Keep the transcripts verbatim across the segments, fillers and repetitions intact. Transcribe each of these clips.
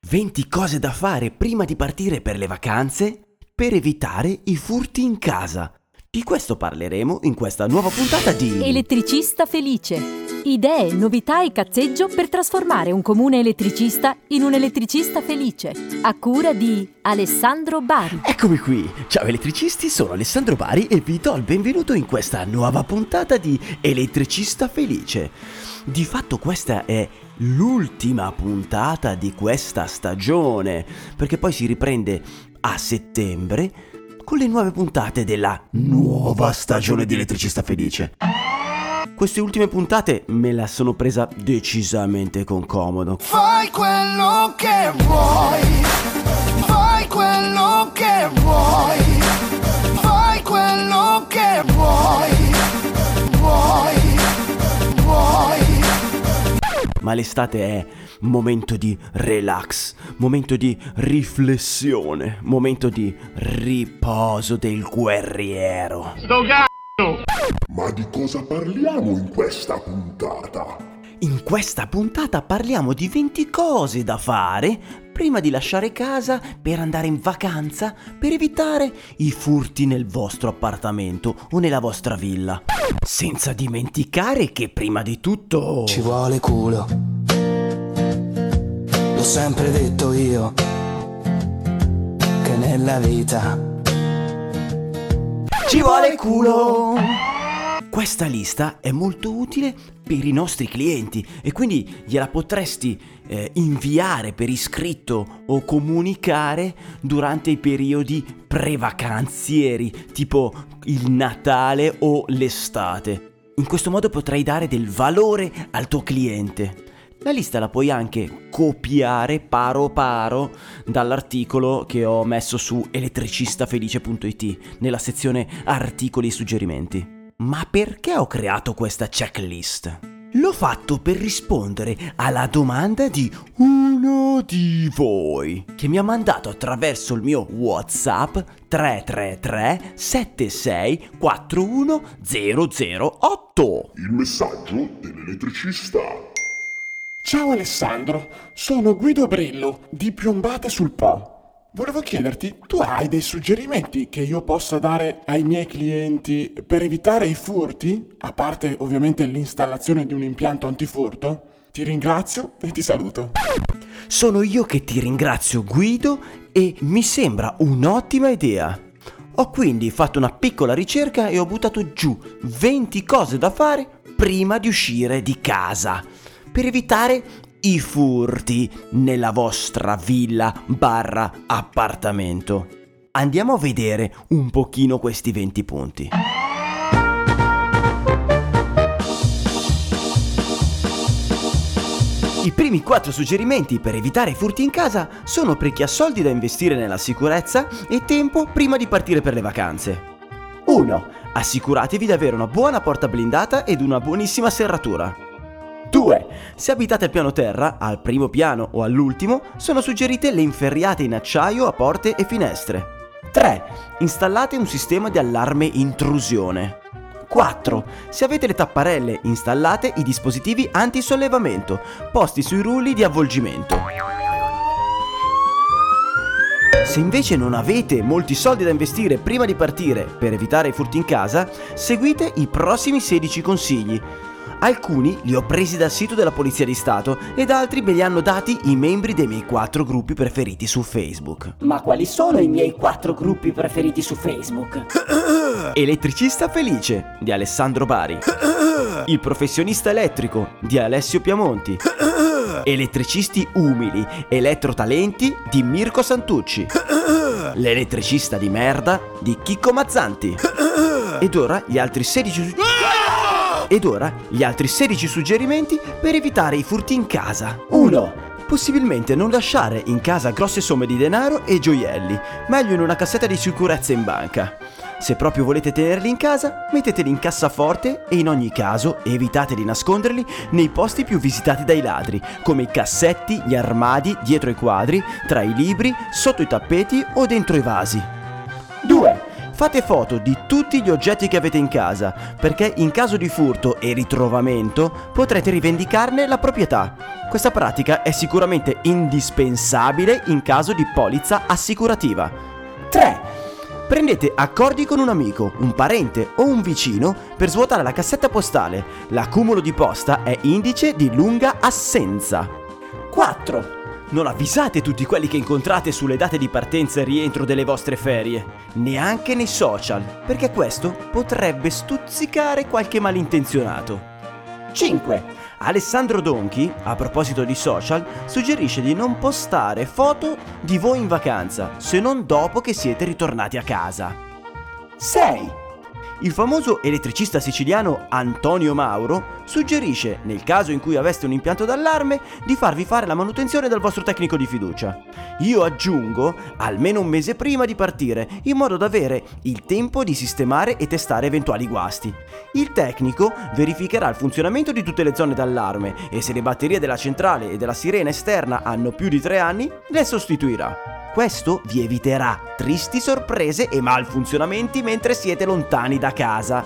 venti cose da fare prima di partire per le vacanze per evitare i furti in casa. Di questo parleremo in questa nuova puntata di Elettricista Felice. Idee, novità e cazzeggio per trasformare un comune elettricista in un elettricista felice. A cura di Alessandro Bari. Eccomi qui. Ciao elettricisti, sono Alessandro Bari e vi do il benvenuto in questa nuova puntata di Elettricista Felice. Di fatto questa è l'ultima puntata di questa stagione, perché poi si riprende a settembre con le nuove puntate della nuova stagione di Elettricista Felice. Queste ultime puntate me la sono presa decisamente con comodo. Fai quello che vuoi, fai quello che vuoi, fai quello che vuoi, vuoi, vuoi. Ma l'estate è momento di relax, momento di riflessione, momento di riposo del guerriero. Sto cazzo! Ma di cosa parliamo in questa puntata? In questa puntata parliamo di venti cose da fare prima di lasciare casa per andare in vacanza per evitare i furti nel vostro appartamento o nella vostra villa. Senza dimenticare che prima di tutto ci vuole culo. L'ho sempre detto io che nella vita ci vuole culo. Questa lista è molto utile per i nostri clienti e quindi gliela potresti eh, inviare per iscritto o comunicare durante i periodi pre-vacanzieri, tipo il Natale o l'estate. In questo modo potrai dare del valore al tuo cliente. La lista la puoi anche copiare paro paro dall'articolo che ho messo su elettricistafelice punto it nella sezione articoli e suggerimenti. Ma perché ho creato questa checklist? L'ho fatto per rispondere alla domanda di uno di voi che mi ha mandato attraverso il mio WhatsApp tre tre tre sette sei quattro uno zero zero otto. Il messaggio dell'elettricista. Ciao Alessandro, sono Guido Brillo di Piombate sul Po. Volevo chiederti, tu hai dei suggerimenti che io possa dare ai miei clienti per evitare i furti? A parte ovviamente l'installazione di un impianto antifurto? Ti ringrazio e ti saluto. Sono io che ti ringrazio Guido e mi sembra un'ottima idea. Ho quindi fatto una piccola ricerca e ho buttato giù venti cose da fare prima di uscire di casa per evitare i furti nella vostra villa barra appartamento. Andiamo a vedere un pochino questi venti punti. I primi quattro suggerimenti per evitare i furti in casa sono per chi ha soldi da investire nella sicurezza e tempo prima di partire per le vacanze. uno. Assicuratevi di avere una buona porta blindata ed una buonissima serratura. due. Se abitate al piano terra, al primo piano o all'ultimo, sono suggerite le inferriate in acciaio a porte e finestre. tre. Installate un sistema di allarme intrusione. quattro. Se avete le tapparelle, installate i dispositivi antisollevamento, posti sui rulli di avvolgimento. Se invece non avete molti soldi da investire prima di partire per evitare i furti in casa, seguite i prossimi sedici consigli. Alcuni li ho presi dal sito della Polizia di Stato ed altri me li hanno dati i membri dei miei quattro gruppi preferiti su Facebook. Ma quali sono i miei quattro gruppi preferiti su Facebook? Elettricista Felice di Alessandro Bari, Il Professionista Elettrico di Alessio Piamonti, Elettricisti Umili Elettrotalenti di Mirko Santucci, L'Elettricista di Merda di Chicco Mazzanti. Ed ora gli altri sedici Ed ora gli altri sedici suggerimenti per evitare i furti in casa. uno. Possibilmente non lasciare in casa grosse somme di denaro e gioielli, meglio in una cassetta di sicurezza in banca. Se proprio volete tenerli in casa, metteteli in cassaforte e in ogni caso evitate di nasconderli nei posti più visitati dai ladri, come i cassetti, gli armadi, dietro i quadri, tra i libri, sotto i tappeti o dentro i vasi. due. Fate foto di tutti gli oggetti che avete in casa, perché in caso di furto e ritrovamento potrete rivendicarne la proprietà. Questa pratica è sicuramente indispensabile in caso di polizza assicurativa. tre. Prendete accordi con un amico, un parente o un vicino per svuotare la cassetta postale. L'accumulo di posta è indice di lunga assenza. quattro. Non avvisate tutti quelli che incontrate sulle date di partenza e rientro delle vostre ferie, neanche nei social, perché questo potrebbe stuzzicare qualche malintenzionato. cinque. Alessandro Donchi, a proposito di social, suggerisce di non postare foto di voi in vacanza, se non dopo che siete ritornati a casa. sei. Il famoso elettricista siciliano Antonio Mauro suggerisce, nel caso in cui aveste un impianto d'allarme, di farvi fare la manutenzione dal vostro tecnico di fiducia. Io aggiungo almeno un mese prima di partire, in modo da avere il tempo di sistemare e testare eventuali guasti. Il tecnico verificherà il funzionamento di tutte le zone d'allarme e se le batterie della centrale e della sirena esterna hanno più di tre anni, le sostituirà. Questo vi eviterà tristi sorprese e malfunzionamenti mentre siete lontani da casa.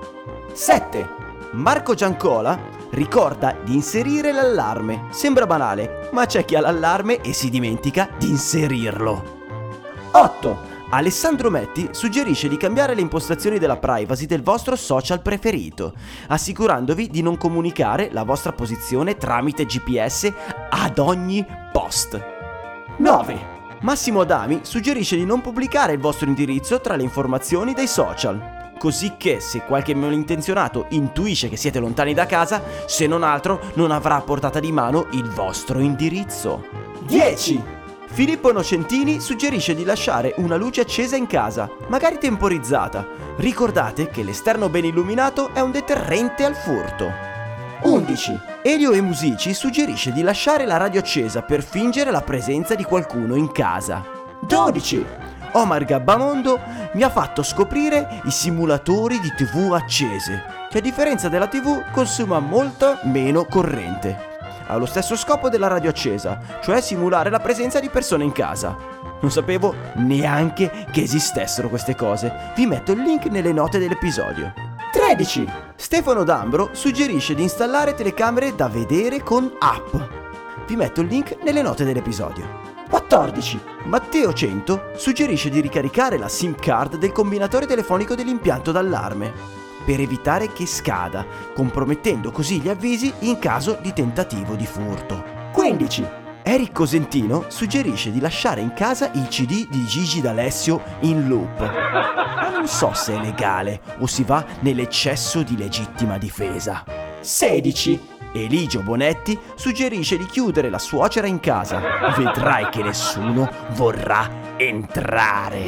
sette. Marco Giancola ricorda di inserire l'allarme. Sembra banale, ma c'è chi ha l'allarme e si dimentica di inserirlo. otto. Alessandro Metti suggerisce di cambiare le impostazioni della privacy del vostro social preferito, assicurandovi di non comunicare la vostra posizione tramite G P S ad ogni post. nove. Massimo Adami suggerisce di non pubblicare il vostro indirizzo tra le informazioni dei social, così che se qualche malintenzionato intuisce che siete lontani da casa, se non altro non avrà a portata di mano il vostro indirizzo. dieci. Filippo Innocentini suggerisce di lasciare una luce accesa in casa, magari temporizzata. Ricordate che l'esterno ben illuminato è un deterrente al furto. undici. Elio e Musici suggerisce di lasciare la radio accesa per fingere la presenza di qualcuno in casa. dodici. Omar Gabbamondo mi ha fatto scoprire i simulatori di tivù accese, che a differenza della tivù consuma molta meno corrente. Ha lo stesso scopo della radio accesa, cioè simulare la presenza di persone in casa. Non sapevo neanche che esistessero queste cose. Vi metto il link nelle note dell'episodio. tredici. Stefano D'Ambro suggerisce di installare telecamere da vedere con app. Vi metto il link nelle note dell'episodio. quattordici. Matteo cento suggerisce di ricaricare la SIM card del combinatore telefonico dell'impianto d'allarme per evitare che scada, compromettendo così gli avvisi in caso di tentativo di furto. quindici. Eric Cosentino suggerisce di lasciare in casa il C D di Gigi D'Alessio in loop. Ma non so se è legale o si va nell'eccesso di legittima difesa. sedici. Eligio Bonetti suggerisce di chiudere la suocera in casa. Vedrai che nessuno vorrà entrare.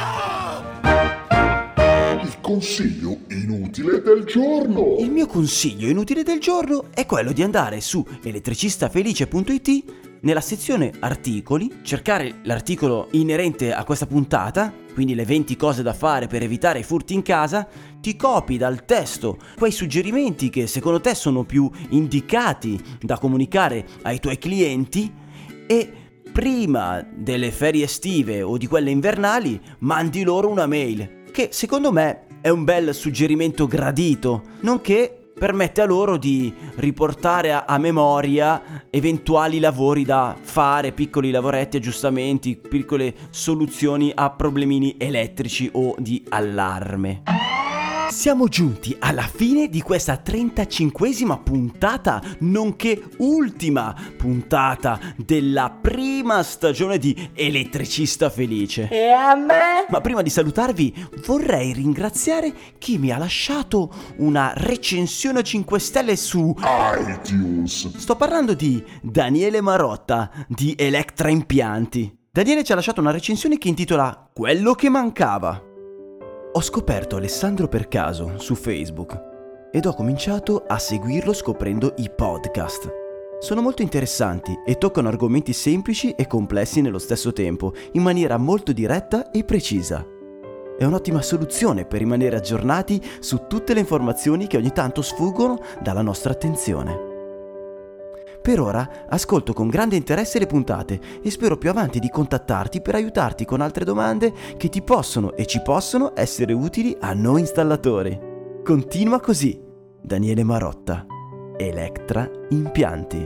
Il consiglio inutile del giorno. Il mio consiglio inutile del giorno è quello di andare su elettricistafelice punto it, nella sezione articoli, cercare l'articolo inerente a questa puntata, quindi le venti cose da fare per evitare i furti in casa, ti copi dal testo quei suggerimenti che secondo te sono più indicati da comunicare ai tuoi clienti e prima delle ferie estive o di quelle invernali mandi loro una mail, che secondo me è un bel suggerimento gradito, nonché permette a loro di riportare a, a memoria eventuali lavori da fare, piccoli lavoretti, aggiustamenti, piccole soluzioni a problemini elettrici o di allarme. Siamo giunti alla fine di questa trentacinquesima puntata, nonché ultima puntata della prima stagione di Elettricista Felice. E a me? Ma prima di salutarvi vorrei ringraziare chi mi ha lasciato una recensione cinque stelle su iTunes. Sto parlando di Daniele Marotta di Electra Impianti. Daniele ci ha lasciato una recensione che intitola Quello che mancava. Ho scoperto Alessandro per caso su Facebook ed ho cominciato a seguirlo scoprendo i podcast. Sono molto interessanti e toccano argomenti semplici e complessi nello stesso tempo, in maniera molto diretta e precisa. È un'ottima soluzione per rimanere aggiornati su tutte le informazioni che ogni tanto sfuggono dalla nostra attenzione. Per ora ascolto con grande interesse le puntate e spero più avanti di contattarti per aiutarti con altre domande che ti possono e ci possono essere utili a noi installatori. Continua così. Daniele Marotta, Electra Impianti.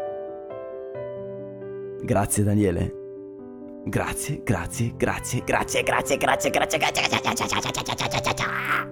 Grazie Daniele. Grazie, grazie, grazie, grazie, grazie, grazie, grazie, grazie, grazie, grazie, grazie, grazie, grazie, grazie.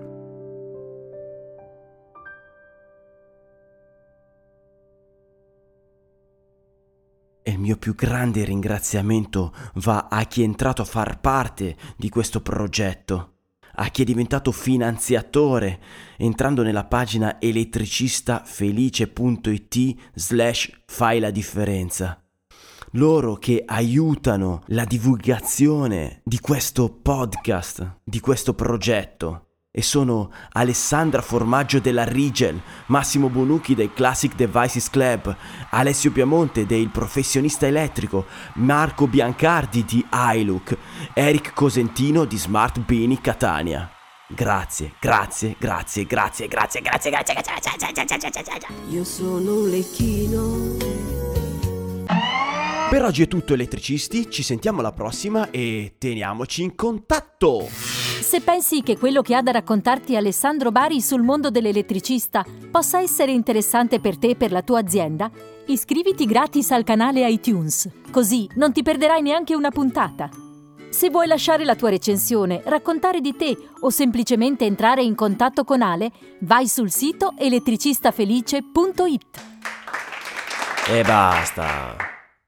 E il mio più grande ringraziamento va a chi è entrato a far parte di questo progetto, a chi è diventato finanziatore entrando nella pagina elettricistafelice.it slash fai la differenza. Loro che aiutano la divulgazione di questo podcast, di questo progetto. E sono Alessandra Formaggio della Rigel, Massimo Bonucchi del Classic Devices Club, Alessio Piamonte del Professionista Elettrico, Marco Biancardi di iLook, Eric Cosentino di Smart Bini Catania. Grazie, grazie, grazie, grazie, grazie, grazie, grazie, grazie, grazie, grazie, grazie, grazie. Io sono un lecchino. Per oggi è tutto elettricisti, ci sentiamo alla prossima e teniamoci in contatto! Se pensi che quello che ha da raccontarti Alessandro Bari sul mondo dell'elettricista possa essere interessante per te e per la tua azienda, iscriviti gratis al canale iTunes, così non ti perderai neanche una puntata. Se vuoi lasciare la tua recensione, raccontare di te o semplicemente entrare in contatto con Ale, vai sul sito elettricistafelice punto it. E basta!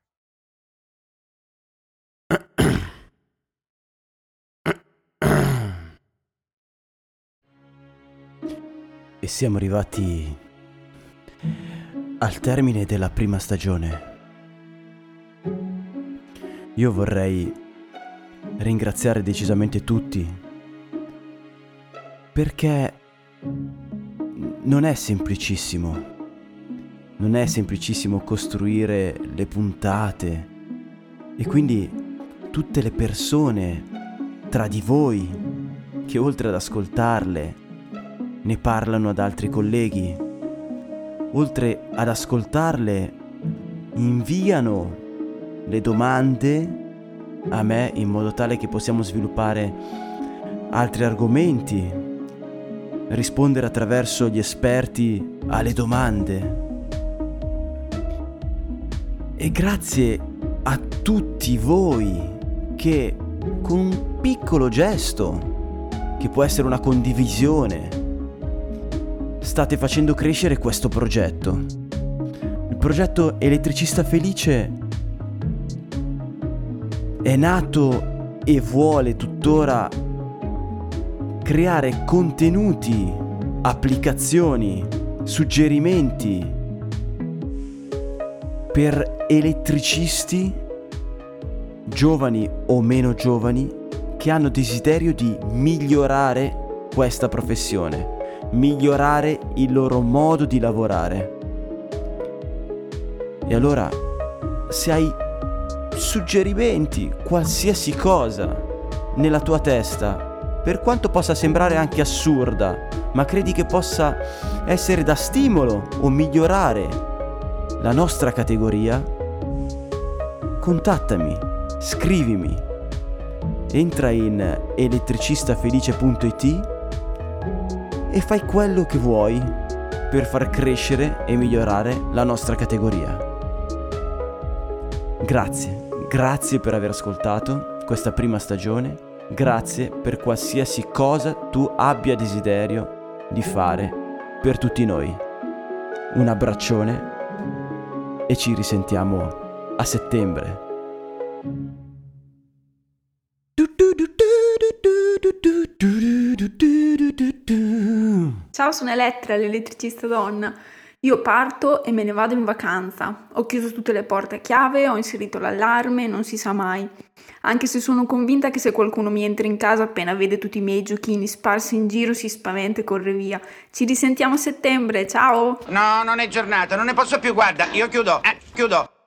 E siamo arrivati al termine della prima stagione. Io vorrei ringraziare decisamente tutti, perché non è semplicissimo, non è semplicissimo costruire le puntate e quindi tutte le persone tra di voi che oltre ad ascoltarle ne parlano ad altri colleghi, oltre ad ascoltarle inviano le domande a me in modo tale che possiamo sviluppare altri argomenti, rispondere attraverso gli esperti alle domande. E grazie a tutti voi che con un piccolo gesto, che può essere una condivisione, state facendo crescere questo progetto. Il progetto Elettricista Felice è nato e vuole tuttora creare contenuti, applicazioni, suggerimenti per elettricisti, giovani o meno giovani, che hanno desiderio di migliorare questa professione, migliorare il loro modo di lavorare. E allora, se hai suggerimenti, qualsiasi cosa nella tua testa, per quanto possa sembrare anche assurda, ma credi che possa essere da stimolo o migliorare la nostra categoria, contattami, scrivimi, entra in elettricistafelice punto it e fai quello che vuoi per far crescere e migliorare la nostra categoria. Grazie, grazie per aver ascoltato questa prima stagione, grazie per qualsiasi cosa tu abbia desiderio di fare per tutti noi. Un abbraccione e ci risentiamo a settembre. Ciao, sono Elettra, l'elettricista donna. Io parto e me ne vado in vacanza. Ho chiuso tutte le porte a chiave, ho inserito l'allarme, non si sa mai. Anche se sono convinta che se qualcuno mi entra in casa appena vede tutti i miei giochini sparsi in giro si spaventa e corre via. Ci risentiamo a settembre, ciao! No, non è giornata, non ne posso più, guarda, io chiudo, eh, chiudo.